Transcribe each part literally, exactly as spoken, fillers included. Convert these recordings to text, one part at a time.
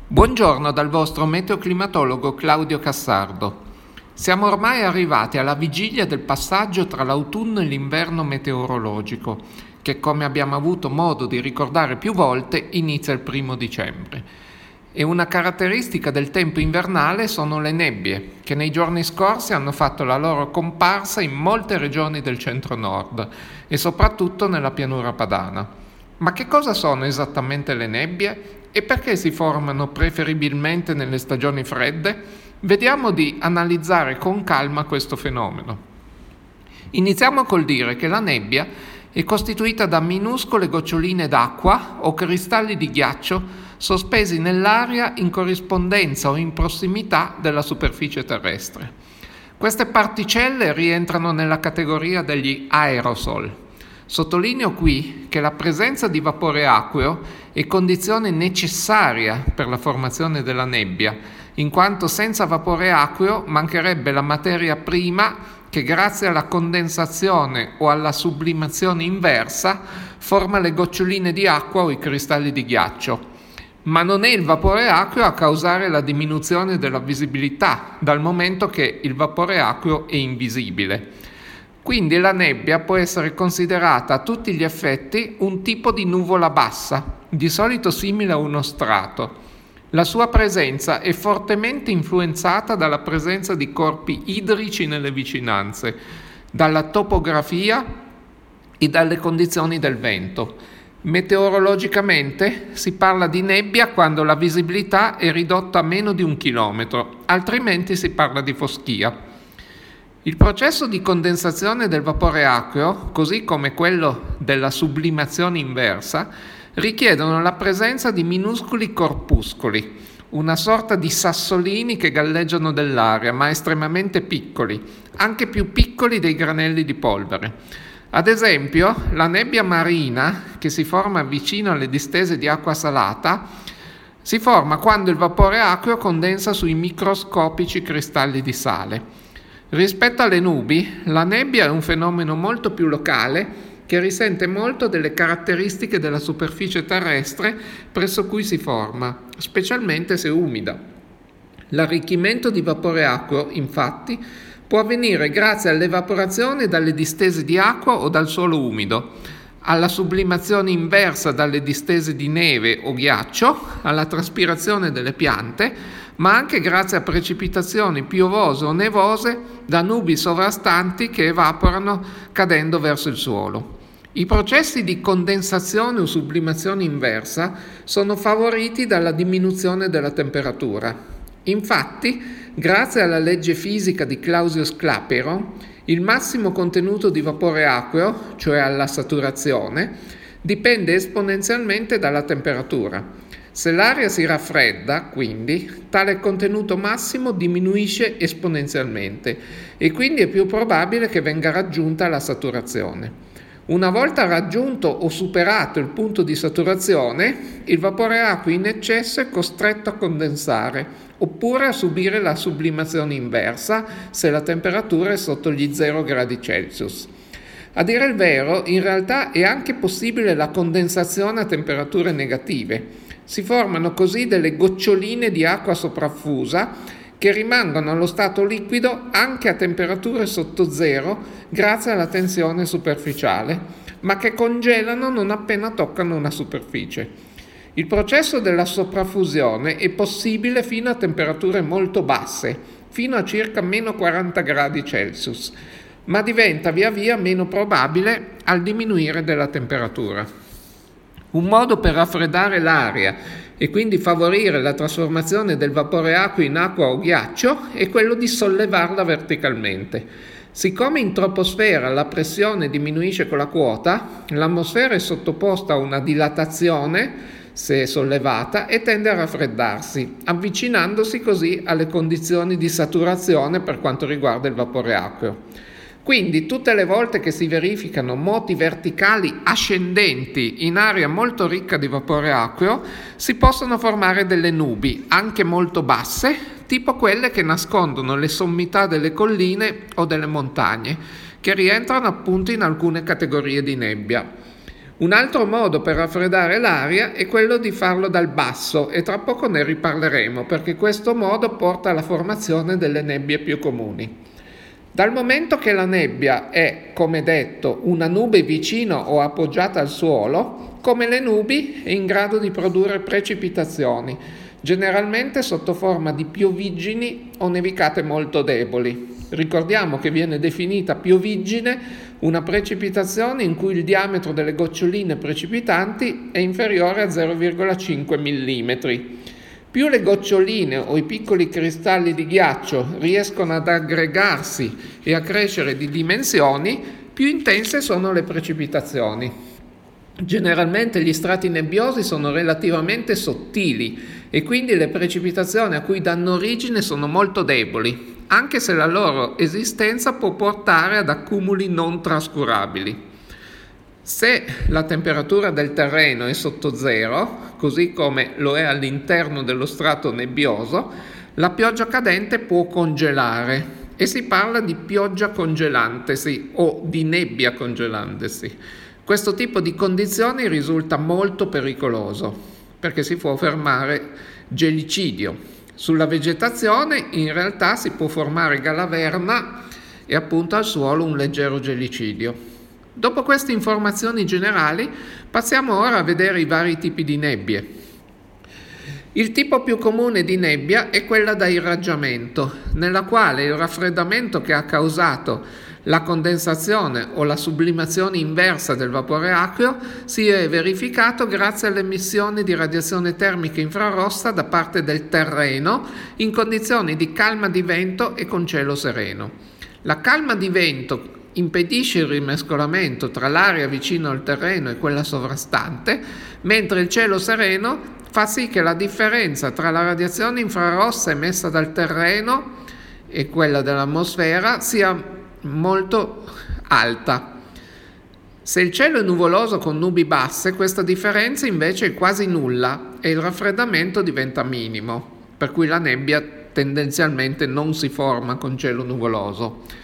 Buongiorno dal vostro meteoclimatologo Claudio Cassardo. Siamo ormai arrivati alla vigilia del passaggio tra l'autunno e l'inverno meteorologico, che, come abbiamo avuto modo di ricordare più volte, inizia il primo dicembre. E una caratteristica del tempo invernale sono le nebbie, che nei giorni scorsi hanno fatto la loro comparsa in molte regioni del centro-nord e soprattutto nella pianura padana. Ma che cosa sono esattamente le nebbie? E perché si formano preferibilmente nelle stagioni fredde? Vediamo di analizzare con calma questo fenomeno. Iniziamo col dire che la nebbia è costituita da minuscole goccioline d'acqua o cristalli di ghiaccio sospesi nell'aria in corrispondenza o in prossimità della superficie terrestre. Queste particelle rientrano nella categoria degli aerosol. Sottolineo qui che la presenza di vapore acqueo è condizione necessaria per la formazione della nebbia, in quanto senza vapore acqueo mancherebbe la materia prima che grazie alla condensazione o alla sublimazione inversa forma le goccioline di acqua o i cristalli di ghiaccio. Ma non è il vapore acqueo a causare la diminuzione della visibilità, dal momento che il vapore acqueo è invisibile. Quindi la nebbia può essere considerata a tutti gli effetti un tipo di nuvola bassa, di solito simile a uno strato. La sua presenza è fortemente influenzata dalla presenza di corpi idrici nelle vicinanze, dalla topografia e dalle condizioni del vento. Meteorologicamente si parla di nebbia quando la visibilità è ridotta a meno di un chilometro, altrimenti si parla di foschia. Il processo di condensazione del vapore acqueo, così come quello della sublimazione inversa, richiedono la presenza di minuscoli corpuscoli, una sorta di sassolini che galleggiano nell'aria, ma estremamente piccoli, anche più piccoli dei granelli di polvere. Ad esempio, la nebbia marina, che si forma vicino alle distese di acqua salata, si forma quando il vapore acqueo condensa sui microscopici cristalli di sale. Rispetto alle nubi, la nebbia è un fenomeno molto più locale che risente molto delle caratteristiche della superficie terrestre presso cui si forma, specialmente se umida. L'arricchimento di vapore acqueo, infatti, può avvenire grazie all'evaporazione dalle distese di acqua o dal suolo umido, alla sublimazione inversa dalle distese di neve o ghiaccio, alla traspirazione delle piante, ma anche grazie a precipitazioni piovose o nevose da nubi sovrastanti che evaporano cadendo verso il suolo. I processi di condensazione o sublimazione inversa sono favoriti dalla diminuzione della temperatura. Infatti, grazie alla legge fisica di Clausius-Clapeyron, il massimo contenuto di vapore acqueo, cioè alla saturazione, dipende esponenzialmente dalla temperatura. Se l'aria si raffredda, quindi, tale contenuto massimo diminuisce esponenzialmente e quindi è più probabile che venga raggiunta la saturazione. Una volta raggiunto o superato il punto di saturazione, il vapore acqueo in eccesso è costretto a condensare oppure a subire la sublimazione inversa se la temperatura è sotto gli zero gradi Celsius. A dire il vero, in realtà è anche possibile la condensazione a temperature negative. Si formano così delle goccioline di acqua sopraffusa che rimangono allo stato liquido anche a temperature sotto zero grazie alla tensione superficiale, ma che congelano non appena toccano una superficie. Il processo della sopraffusione è possibile fino a temperature molto basse, fino a circa meno quaranta gradi Celsius, ma diventa via via meno probabile al diminuire della temperatura. Un modo per raffreddare l'aria e quindi favorire la trasformazione del vapore acqueo in acqua o ghiaccio è quello di sollevarla verticalmente. Siccome in troposfera la pressione diminuisce con la quota, l'atmosfera è sottoposta a una dilatazione se sollevata e tende a raffreddarsi, avvicinandosi così alle condizioni di saturazione per quanto riguarda il vapore acqueo. Quindi tutte le volte che si verificano moti verticali ascendenti in area molto ricca di vapore acqueo, si possono formare delle nubi, anche molto basse, tipo quelle che nascondono le sommità delle colline o delle montagne, che rientrano appunto in alcune categorie di nebbia. Un altro modo per raffreddare l'aria è quello di farlo dal basso e tra poco ne riparleremo perché questo modo porta alla formazione delle nebbie più comuni. Dal momento che la nebbia è, come detto, una nube vicino o appoggiata al suolo, come le nubi è in grado di produrre precipitazioni, generalmente sotto forma di pioviggini o nevicate molto deboli. Ricordiamo che viene definita pioviggine una precipitazione in cui il diametro delle goccioline precipitanti è inferiore a zero virgola cinque millimetri. Più le goccioline o i piccoli cristalli di ghiaccio riescono ad aggregarsi e a crescere di dimensioni, più intense sono le precipitazioni. Generalmente gli strati nebbiosi sono relativamente sottili e quindi le precipitazioni a cui danno origine sono molto deboli, anche se la loro esistenza può portare ad accumuli non trascurabili. Se la temperatura del terreno è sotto zero, così come lo è all'interno dello strato nebbioso, la pioggia cadente può congelare e si parla di pioggia congelantesi o di nebbia congelantesi. Questo tipo di condizioni risulta molto pericoloso perché si può fermare gelicidio. Sulla vegetazione in realtà si può formare galaverna e appunto al suolo un leggero gelicidio. Dopo queste informazioni generali passiamo ora a vedere i vari tipi di nebbie. Il tipo più comune di nebbia è quella da irraggiamento, nella quale il raffreddamento che ha causato la condensazione o la sublimazione inversa del vapore acqueo si è verificato grazie all'emissione di radiazione termica infrarossa da parte del terreno in condizioni di calma di vento e con cielo sereno. La calma di vento impedisce il rimescolamento tra l'aria vicino al terreno e quella sovrastante, mentre il cielo sereno fa sì che la differenza tra la radiazione infrarossa emessa dal terreno e quella dell'atmosfera sia molto alta. Se il cielo è nuvoloso con nubi basse, questa differenza invece è quasi nulla e il raffreddamento diventa minimo, per cui la nebbia tendenzialmente non si forma con cielo nuvoloso.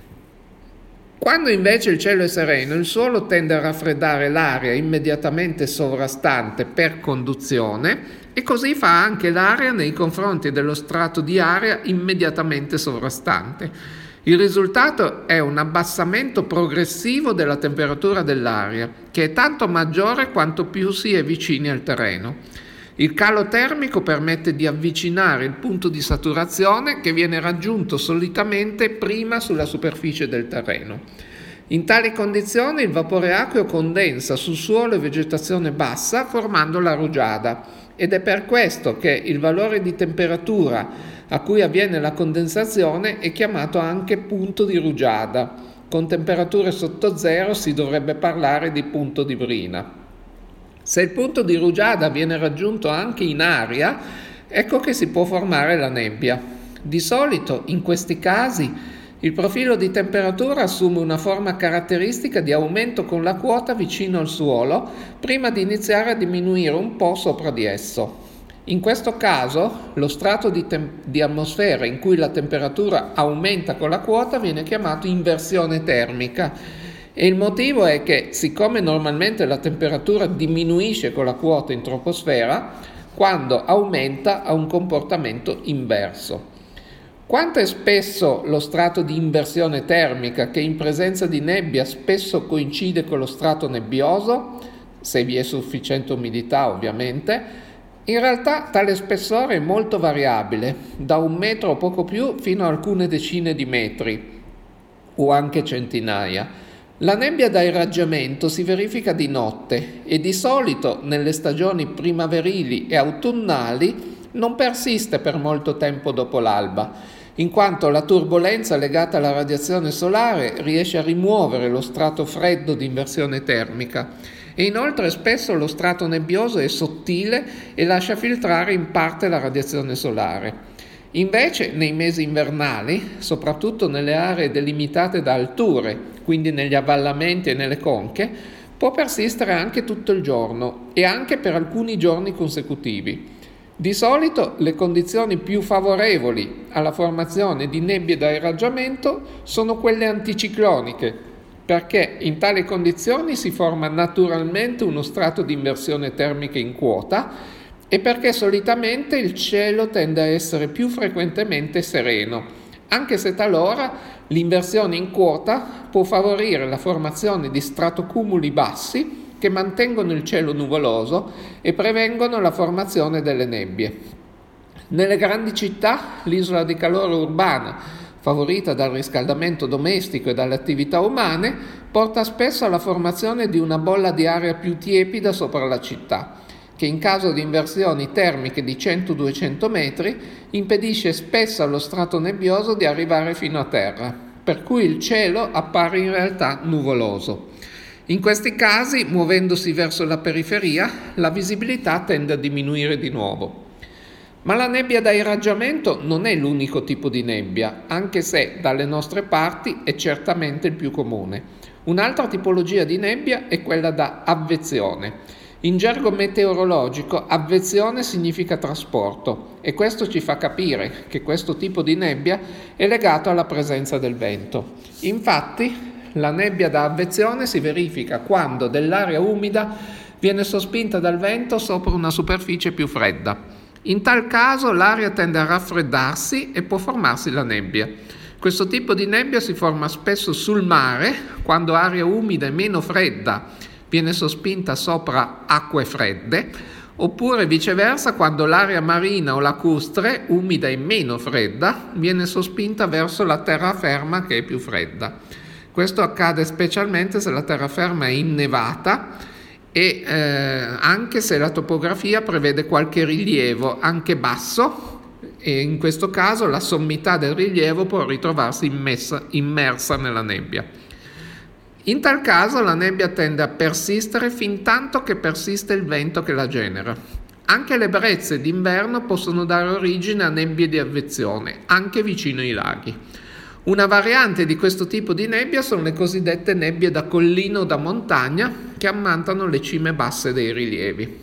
Quando invece il cielo è sereno, il suolo tende a raffreddare l'aria immediatamente sovrastante per conduzione e così fa anche l'aria nei confronti dello strato di aria immediatamente sovrastante. Il risultato è un abbassamento progressivo della temperatura dell'aria, che è tanto maggiore quanto più si è vicini al terreno. Il calo termico permette di avvicinare il punto di saturazione che viene raggiunto solitamente prima sulla superficie del terreno. In tali condizioni il vapore acqueo condensa su suolo e vegetazione bassa formando la rugiada ed è per questo che il valore di temperatura a cui avviene la condensazione è chiamato anche punto di rugiada. Con temperature sotto zero si dovrebbe parlare di punto di brina. Se il punto di rugiada viene raggiunto anche in aria, ecco che si può formare la nebbia. Di solito, in questi casi, il profilo di temperatura assume una forma caratteristica di aumento con la quota vicino al suolo, prima di iniziare a diminuire un po' sopra di esso. In questo caso, lo strato di, tem- di atmosfera in cui la temperatura aumenta con la quota viene chiamato inversione termica. E il motivo è che, siccome normalmente la temperatura diminuisce con la quota in troposfera, quando aumenta ha un comportamento inverso. Quanto è spesso lo strato di inversione termica, che in presenza di nebbia spesso coincide con lo strato nebbioso, se vi è sufficiente umidità ovviamente, in realtà tale spessore è molto variabile, da un metro o poco più fino a alcune decine di metri, o anche centinaia. La nebbia da irraggiamento si verifica di notte e di solito nelle stagioni primaverili e autunnali non persiste per molto tempo dopo l'alba, in quanto la turbolenza legata alla radiazione solare riesce a rimuovere lo strato freddo di inversione termica e inoltre spesso lo strato nebbioso è sottile e lascia filtrare in parte la radiazione solare. Invece nei mesi invernali, soprattutto nelle aree delimitate da alture, quindi negli avvallamenti e nelle conche, può persistere anche tutto il giorno e anche per alcuni giorni consecutivi. Di solito le condizioni più favorevoli alla formazione di nebbie da irraggiamento sono quelle anticicloniche, perché in tali condizioni si forma naturalmente uno strato di inversione termica in quota e perché solitamente il cielo tende a essere più frequentemente sereno, anche se talora l'inversione in quota può favorire la formazione di stratocumuli bassi che mantengono il cielo nuvoloso e prevengono la formazione delle nebbie. Nelle grandi città l'isola di calore urbana, favorita dal riscaldamento domestico e dalle attività umane, porta spesso alla formazione di una bolla di aria più tiepida sopra la città, che in caso di inversioni termiche di cento duecento metri impedisce spesso allo strato nebbioso di arrivare fino a terra, per cui il cielo appare in realtà nuvoloso. In questi casi, muovendosi verso la periferia, la visibilità tende a diminuire di nuovo. Ma la nebbia da irraggiamento non è l'unico tipo di nebbia, anche se dalle nostre parti è certamente il più comune. Un'altra tipologia di nebbia è quella da avvezione. In gergo meteorologico, avvezione significa trasporto e questo ci fa capire che questo tipo di nebbia è legato alla presenza del vento. Infatti, la nebbia da avvezione si verifica quando dell'aria umida viene sospinta dal vento sopra una superficie più fredda. In tal caso l'aria tende a raffreddarsi e può formarsi la nebbia. Questo tipo di nebbia si forma spesso sul mare, quando aria umida e meno fredda viene sospinta sopra acque fredde, oppure viceversa quando l'aria marina o lacustre, umida e meno fredda, viene sospinta verso la terraferma che è più fredda. Questo accade specialmente se la terraferma è innevata e eh, anche se la topografia prevede qualche rilievo, anche basso, e in questo caso la sommità del rilievo può ritrovarsi immessa, immersa nella nebbia. In tal caso la nebbia tende a persistere fin tanto che persiste il vento che la genera. Anche le brezze d'inverno possono dare origine a nebbie di avvezione, anche vicino ai laghi. Una variante di questo tipo di nebbia sono le cosiddette nebbie da collina o da montagna che ammantano le cime basse dei rilievi.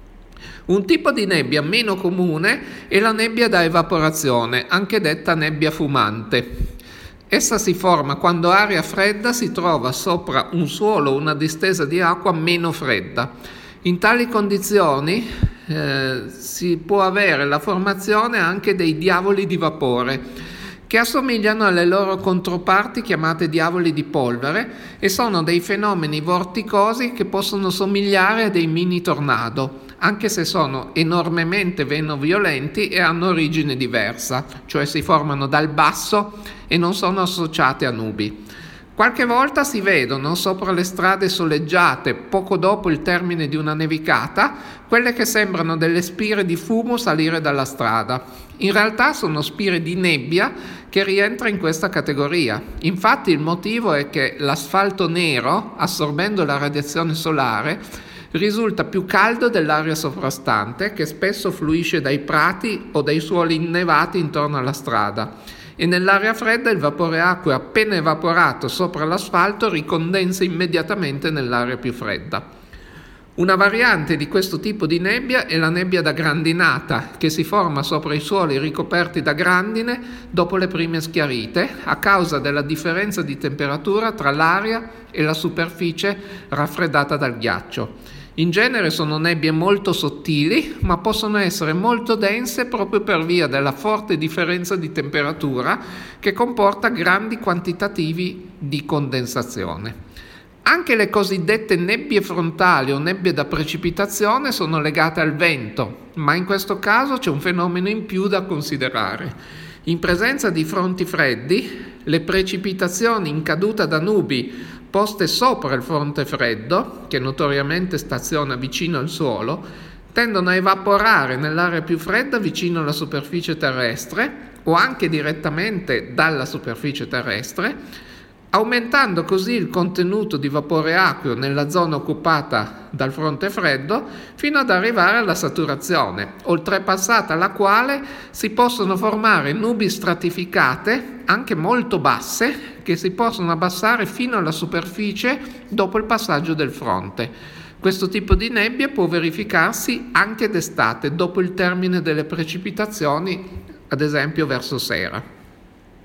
Un tipo di nebbia meno comune è la nebbia da evaporazione, anche detta nebbia fumante. Essa si forma quando aria fredda si trova sopra un suolo o una distesa di acqua meno fredda. In tali condizioni eh, si può avere la formazione anche dei diavoli di vapore, che assomigliano alle loro controparti chiamate diavoli di polvere e sono dei fenomeni vorticosi che possono somigliare a dei mini tornado, anche se sono enormemente meno violenti e hanno origine diversa, cioè si formano dal basso e non sono associate a nubi. Qualche volta si vedono sopra le strade soleggiate, poco dopo il termine di una nevicata, quelle che sembrano delle spire di fumo salire dalla strada. In realtà sono spire di nebbia che rientra in questa categoria. Infatti il motivo è che l'asfalto nero, assorbendo la radiazione solare, risulta più caldo dell'aria sovrastante, che spesso fluisce dai prati o dai suoli innevati intorno alla strada. E nell'aria fredda il vapore acqueo appena evaporato sopra l'asfalto ricondensa immediatamente nell'aria più fredda. Una variante di questo tipo di nebbia è la nebbia da grandinata, che si forma sopra i suoli ricoperti da grandine dopo le prime schiarite, a causa della differenza di temperatura tra l'aria e la superficie raffreddata dal ghiaccio. In genere sono nebbie molto sottili, ma possono essere molto dense proprio per via della forte differenza di temperatura che comporta grandi quantitativi di condensazione. Anche le cosiddette nebbie frontali o nebbie da precipitazione sono legate al vento, ma in questo caso c'è un fenomeno in più da considerare. In presenza di fronti freddi, le precipitazioni in caduta da nubi poste sopra il fronte freddo, che notoriamente staziona vicino al suolo, tendono a evaporare nell'area più fredda vicino alla superficie terrestre o anche direttamente dalla superficie terrestre, aumentando così il contenuto di vapore acqueo nella zona occupata dal fronte freddo fino ad arrivare alla saturazione, oltrepassata la quale si possono formare nubi stratificate anche molto basse che si possono abbassare fino alla superficie dopo il passaggio del fronte. Questo tipo di nebbia può verificarsi anche d'estate, dopo il termine delle precipitazioni, ad esempio verso sera.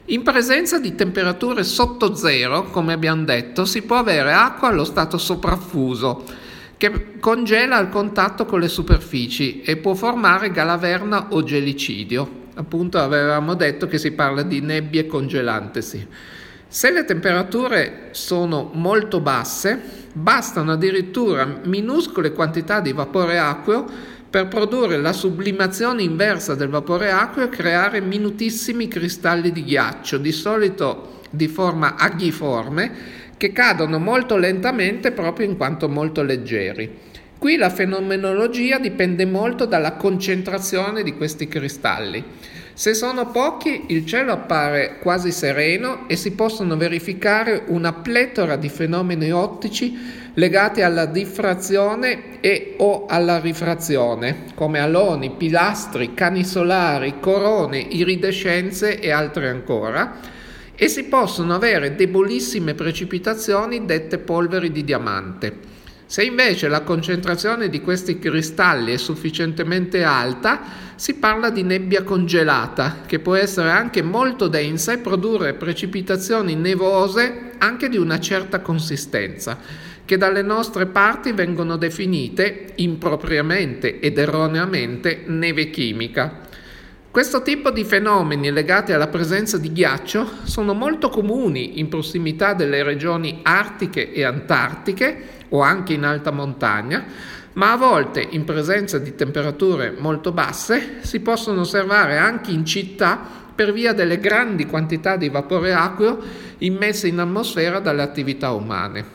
In presenza di temperature sotto zero, come abbiamo detto, si può avere acqua allo stato sopraffuso, che congela al contatto con le superfici e può formare galaverna o gelicidio. Appunto avevamo detto che si parla di nebbie congelantesi. Se le temperature sono molto basse, bastano addirittura minuscole quantità di vapore acqueo per produrre la sublimazione inversa del vapore acqueo e creare minutissimi cristalli di ghiaccio, di solito di forma aghiforme, che cadono molto lentamente proprio in quanto molto leggeri. Qui la fenomenologia dipende molto dalla concentrazione di questi cristalli. Se sono pochi, il cielo appare quasi sereno e si possono verificare una pletora di fenomeni ottici legati alla diffrazione e o alla rifrazione, come aloni, pilastri, cani solari, corone, iridescenze e altre ancora, e si possono avere debolissime precipitazioni dette polveri di diamante. Se invece la concentrazione di questi cristalli è sufficientemente alta, si parla di nebbia congelata, che può essere anche molto densa e produrre precipitazioni nevose anche di una certa consistenza, che dalle nostre parti vengono definite impropriamente ed erroneamente neve chimica. Questo tipo di fenomeni legati alla presenza di ghiaccio sono molto comuni in prossimità delle regioni artiche e antartiche o anche in alta montagna, ma a volte in presenza di temperature molto basse si possono osservare anche in città per via delle grandi quantità di vapore acqueo immesse in atmosfera dalle attività umane.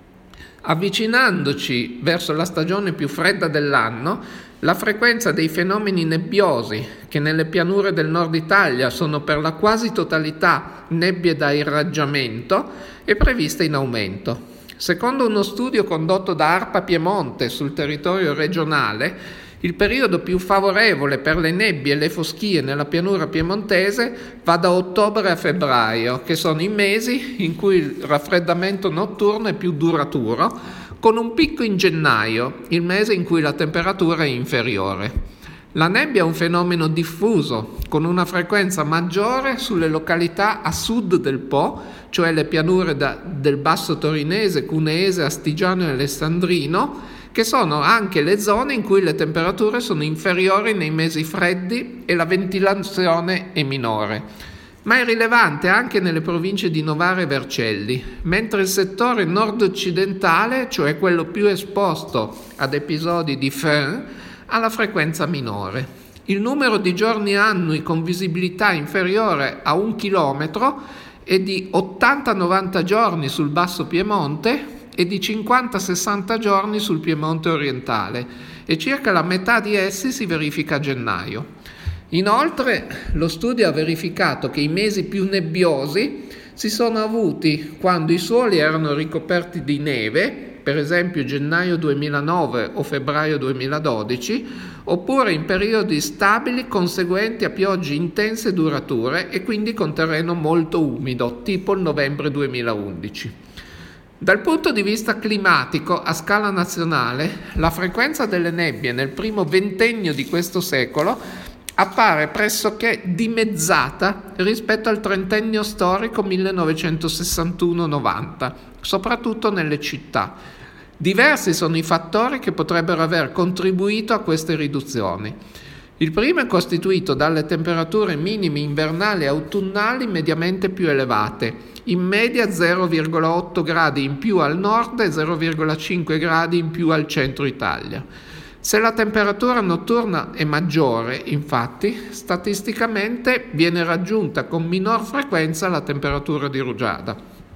Avvicinandoci verso la stagione più fredda dell'anno, la frequenza dei fenomeni nebbiosi, che nelle pianure del nord Italia sono per la quasi totalità nebbie da irraggiamento, è prevista in aumento. Secondo uno studio condotto da ARPA Piemonte sul territorio regionale, il periodo più favorevole per le nebbie e le foschie nella pianura piemontese va da ottobre a febbraio, che sono i mesi in cui il raffreddamento notturno è più duraturo, con un picco in gennaio, il mese in cui la temperatura è inferiore. La nebbia è un fenomeno diffuso, con una frequenza maggiore sulle località a sud del Po, cioè le pianure da, del Basso Torinese, Cuneese, Astigiano e Alessandrino, che sono anche le zone in cui le temperature sono inferiori nei mesi freddi e la ventilazione è minore. Ma è rilevante anche nelle province di Novara e Vercelli, mentre il settore nord-occidentale, cioè quello più esposto ad episodi di föhn, ha la frequenza minore. Il numero di giorni annui con visibilità inferiore a un chilometro è di ottanta novanta giorni sul Basso Piemonte e di cinquanta sessanta giorni sul Piemonte orientale, e circa la metà di essi si verifica a gennaio. Inoltre, lo studio ha verificato che i mesi più nebbiosi si sono avuti quando i suoli erano ricoperti di neve, per esempio gennaio duemilanove o febbraio duemiladodici, oppure in periodi stabili conseguenti a piogge intense e durature e quindi con terreno molto umido, tipo il novembre duemilaundici. Dal punto di vista climatico, a scala nazionale, la frequenza delle nebbie nel primo ventennio di questo secolo appare pressoché dimezzata rispetto al trentennio storico millenovecentosessantuno novanta, soprattutto nelle città. Diversi sono i fattori che potrebbero aver contribuito a queste riduzioni. Il primo è costituito dalle temperature minime invernali e autunnali mediamente più elevate, in media zero virgola otto gradi in più al nord e zero virgola cinque gradi in più al centro Italia. Se la temperatura notturna è maggiore, infatti, statisticamente viene raggiunta con minor frequenza la temperatura di rugiada.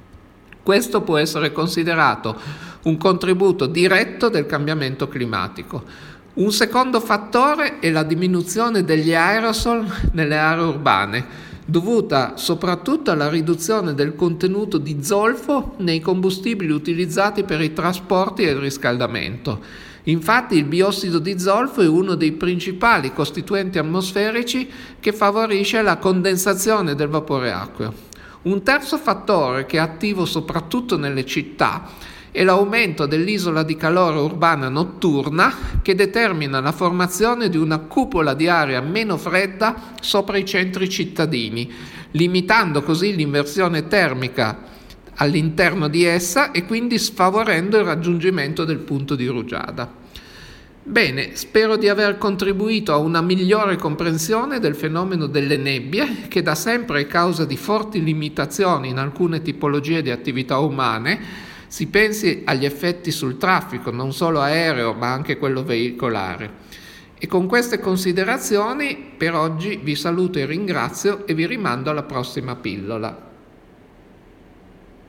Questo può essere considerato un contributo diretto del cambiamento climatico. Un secondo fattore è la diminuzione degli aerosol nelle aree urbane, dovuta soprattutto alla riduzione del contenuto di zolfo nei combustibili utilizzati per i trasporti e il riscaldamento. Infatti il biossido di zolfo è uno dei principali costituenti atmosferici che favorisce la condensazione del vapore acqueo. Un terzo fattore che è attivo soprattutto nelle città è l'aumento dell'isola di calore urbana notturna, che determina la formazione di una cupola di aria meno fredda sopra i centri cittadini, limitando così l'inversione termica all'interno di essa e quindi sfavorendo il raggiungimento del punto di rugiada. Bene, spero di aver contribuito a una migliore comprensione del fenomeno delle nebbie, che da sempre è causa di forti limitazioni in alcune tipologie di attività umane. Si pensi agli effetti sul traffico, non solo aereo ma anche quello veicolare. E con queste considerazioni per oggi vi saluto e ringrazio e vi rimando alla prossima pillola.